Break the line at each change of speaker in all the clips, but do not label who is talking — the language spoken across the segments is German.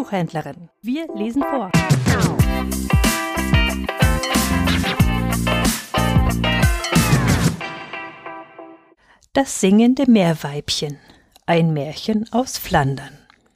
Buchhändlerin. Wir lesen vor. Das singende Meerweibchen. Ein Märchen aus Flandern.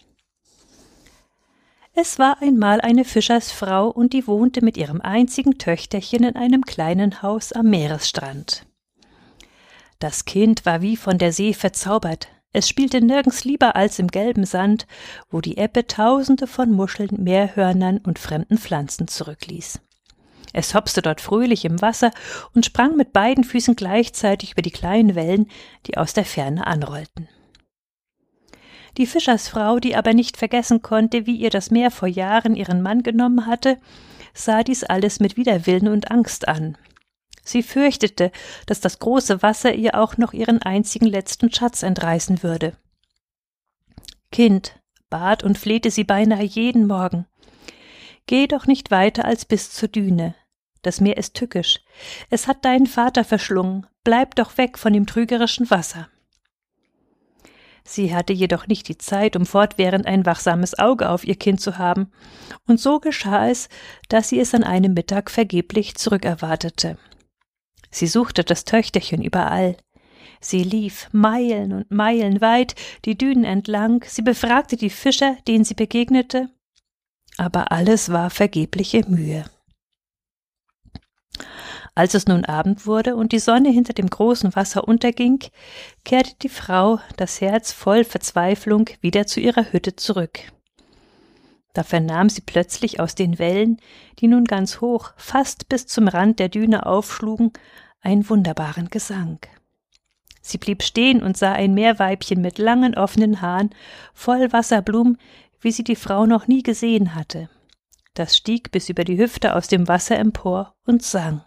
Es war einmal eine Fischersfrau und die wohnte mit ihrem einzigen Töchterchen in einem kleinen Haus am Meeresstrand. Das Kind war wie von der See verzaubert. Es spielte nirgends lieber als im gelben Sand, wo die Ebbe Tausende von Muscheln, Meerhörnern und fremden Pflanzen zurückließ. Es hopste dort fröhlich im Wasser und sprang mit beiden Füßen gleichzeitig über die kleinen Wellen, die aus der Ferne anrollten. Die Fischersfrau, die aber nicht vergessen konnte, wie ihr das Meer vor Jahren ihren Mann genommen hatte, sah dies alles mit Widerwillen und Angst an. Sie fürchtete, dass das große Wasser ihr auch noch ihren einzigen letzten Schatz entreißen würde. Kind, bat und flehte sie beinahe jeden Morgen, geh doch nicht weiter als bis zur Düne. Das Meer ist tückisch. Es hat deinen Vater verschlungen. Bleib doch weg von dem trügerischen Wasser. Sie hatte jedoch nicht die Zeit, um fortwährend ein wachsames Auge auf ihr Kind zu haben, und so geschah es, dass sie es an einem Mittag vergeblich zurückerwartete. Sie suchte das Töchterchen überall. Sie lief Meilen und Meilen weit die Dünen entlang, sie befragte die Fischer, denen sie begegnete, aber alles war vergebliche Mühe. Als es nun Abend wurde und die Sonne hinter dem großen Wasser unterging, kehrte die Frau, das Herz voll Verzweiflung, wieder zu ihrer Hütte zurück. Da vernahm sie plötzlich aus den Wellen, die nun ganz hoch, fast bis zum Rand der Düne aufschlugen, einen wunderbaren Gesang. Sie blieb stehen und sah ein Meerweibchen mit langen offenen Haaren, voll Wasserblumen, wie sie die Frau noch nie gesehen hatte. Das stieg bis über die Hüfte aus dem Wasser empor und sang.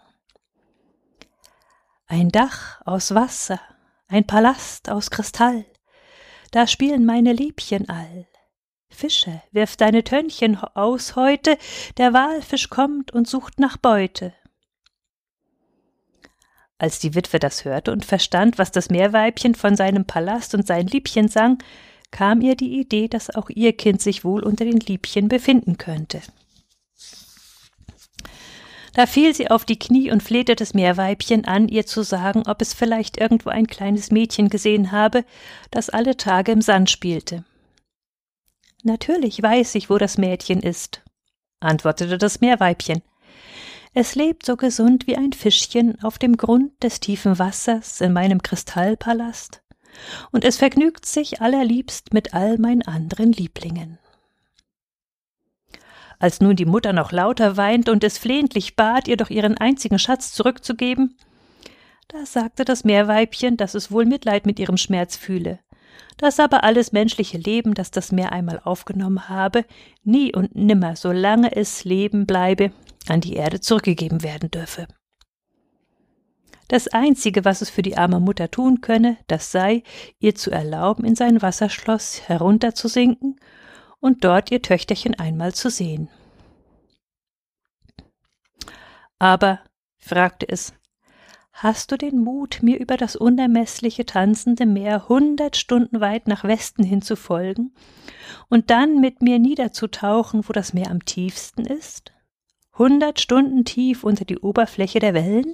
Ein Dach aus Wasser, ein Palast aus Kristall, da spielen meine Liebchen all. Fische, wirf deine Tönnchen aus heute, der Walfisch kommt und sucht nach Beute. Als die Witwe das hörte und verstand, was das Meerweibchen von seinem Palast und seinen Liebchen sang, kam ihr die Idee, dass auch ihr Kind sich wohl unter den Liebchen befinden könnte. Da fiel sie auf die Knie und flehte das Meerweibchen an, ihr zu sagen, ob es vielleicht irgendwo ein kleines Mädchen gesehen habe, das alle Tage im Sand spielte. »Natürlich weiß ich, wo das Mädchen ist«, antwortete das Meerweibchen. »Es lebt so gesund wie ein Fischchen auf dem Grund des tiefen Wassers in meinem Kristallpalast, und es vergnügt sich allerliebst mit all meinen anderen Lieblingen.« Als nun die Mutter noch lauter weinte und es flehentlich bat, ihr doch ihren einzigen Schatz zurückzugeben, da sagte das Meerweibchen, dass es wohl Mitleid mit ihrem Schmerz fühle, dass aber alles menschliche Leben, das das Meer einmal aufgenommen habe, nie und nimmer, solange es leben bleibe, an die Erde zurückgegeben werden dürfe. Das Einzige, was es für die arme Mutter tun könne, das sei, ihr zu erlauben, in sein Wasserschloss herunterzusinken und dort ihr Töchterchen einmal zu sehen. »Aber«, fragte es, »hast du den Mut, mir über das unermeßliche tanzende Meer 100 Stunden weit nach Westen hin zu folgen und dann mit mir niederzutauchen, wo das Meer am tiefsten ist? 100 Stunden tief unter die Oberfläche der Wellen?«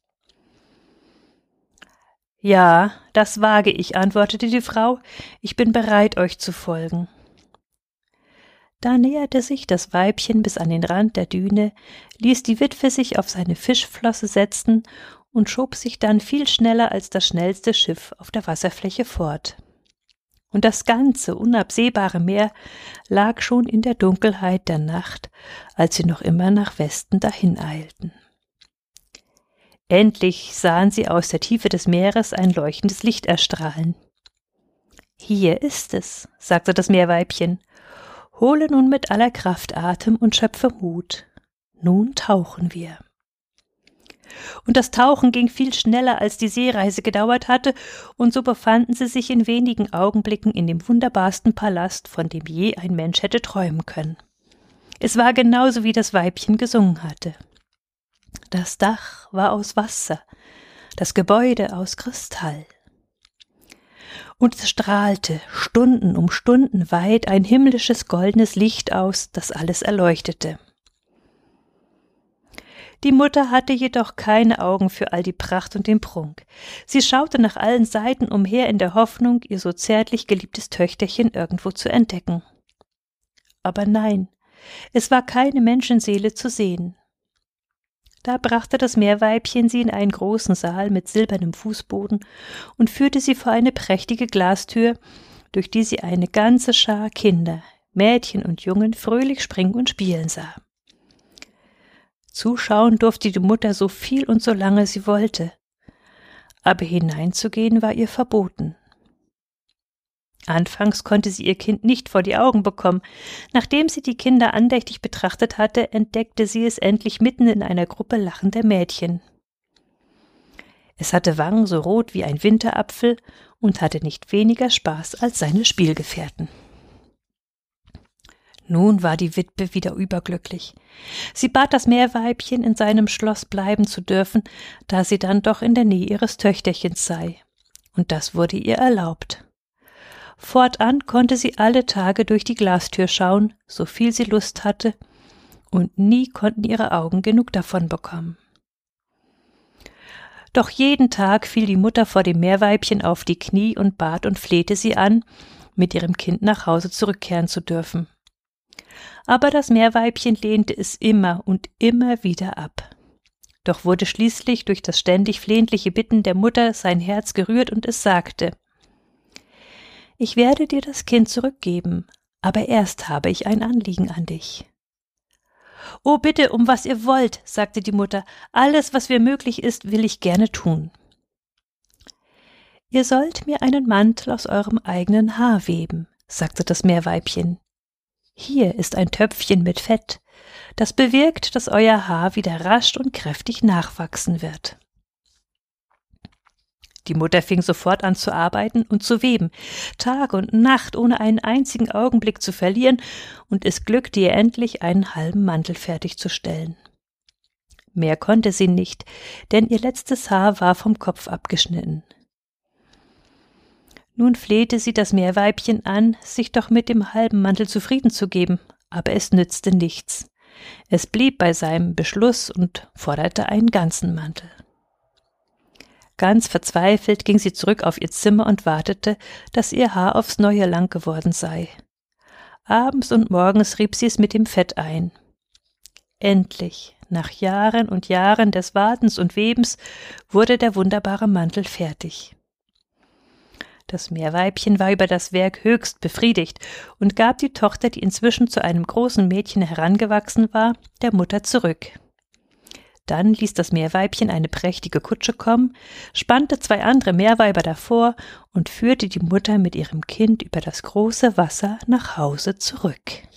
»Ja, das wage ich«, antwortete die Frau, »ich bin bereit, euch zu folgen.« Da näherte sich das Weibchen bis an den Rand der Düne, ließ die Witwe sich auf seine Fischflosse setzen und schob sich dann viel schneller als das schnellste Schiff auf der Wasserfläche fort. Und das ganze unabsehbare Meer lag schon in der Dunkelheit der Nacht, als sie noch immer nach Westen dahineilten. Endlich sahen sie aus der Tiefe des Meeres ein leuchtendes Licht erstrahlen. »Hier ist es«, sagte das Meerweibchen, »hole nun mit aller Kraft Atem und schöpfe Mut. Nun tauchen wir.« Und das Tauchen ging viel schneller, als die Seereise gedauert hatte, und so befanden sie sich in wenigen Augenblicken in dem wunderbarsten Palast, von dem je ein Mensch hätte träumen können. Es war genauso, wie das Weibchen gesungen hatte. Das Dach war aus Wasser, das Gebäude aus Kristall. und es strahlte Stunden um Stunden weit ein himmlisches goldenes Licht aus, das alles erleuchtete. Die Mutter hatte jedoch keine Augen für all die Pracht und den Prunk. Sie schaute nach allen Seiten umher in der Hoffnung, ihr so zärtlich geliebtes Töchterchen irgendwo zu entdecken. Aber nein, es war keine Menschenseele zu sehen. Da brachte das Meerweibchen sie in einen großen Saal mit silbernem Fußboden und führte sie vor eine prächtige Glastür, durch die sie eine ganze Schar Kinder, Mädchen und Jungen fröhlich springen und spielen sah. Zuschauen durfte die Mutter so viel und so lange sie wollte, aber hineinzugehen war ihr verboten. Anfangs konnte sie ihr Kind nicht vor die Augen bekommen. Nachdem sie die Kinder andächtig betrachtet hatte, entdeckte sie es endlich mitten in einer Gruppe lachender Mädchen. Es hatte Wangen so rot wie ein Winterapfel und hatte nicht weniger Spaß als seine Spielgefährten. Nun war die Witwe wieder überglücklich. Sie bat das Meerweibchen, in seinem Schloss bleiben zu dürfen, da sie dann doch in der Nähe ihres Töchterchens sei. Und das wurde ihr erlaubt. Fortan konnte sie alle Tage durch die Glastür schauen, so viel sie Lust hatte, und nie konnten ihre Augen genug davon bekommen. Doch jeden Tag fiel die Mutter vor dem Meerweibchen auf die Knie und bat und flehte sie an, mit ihrem Kind nach Hause zurückkehren zu dürfen. Aber das Meerweibchen lehnte es immer und immer wieder ab. Doch wurde schließlich durch das ständig flehentliche Bitten der Mutter sein Herz gerührt und es sagte: »Ich werde dir das Kind zurückgeben, aber erst habe ich ein Anliegen an dich.« »Oh, bitte, um was ihr wollt«, sagte die Mutter, »alles, was mir möglich ist, will ich gerne tun.« »Ihr sollt mir einen Mantel aus eurem eigenen Haar weben«, sagte das Meerweibchen. »Hier ist ein Töpfchen mit Fett, das bewirkt, dass euer Haar wieder rasch und kräftig nachwachsen wird.« Die Mutter fing sofort an zu arbeiten und zu weben, Tag und Nacht, ohne einen einzigen Augenblick zu verlieren, und es glückte ihr endlich, einen halben Mantel fertigzustellen. Mehr konnte sie nicht, denn ihr letztes Haar war vom Kopf abgeschnitten. Nun flehte sie das Meerweibchen an, sich doch mit dem halben Mantel zufrieden zu geben, aber es nützte nichts. Es blieb bei seinem Beschluss und forderte einen ganzen Mantel. Ganz verzweifelt ging sie zurück auf ihr Zimmer und wartete, dass ihr Haar aufs Neue lang geworden sei. Abends und morgens rieb sie es mit dem Fett ein. Endlich, nach Jahren und Jahren des Wartens und Webens, wurde der wunderbare Mantel fertig. Das Meerweibchen war über das Werk höchst befriedigt und gab die Tochter, die inzwischen zu einem großen Mädchen herangewachsen war, der Mutter zurück. Dann ließ das Meerweibchen eine prächtige Kutsche kommen, spannte 2 andere Meerweiber davor und führte die Mutter mit ihrem Kind über das große Wasser nach Hause zurück.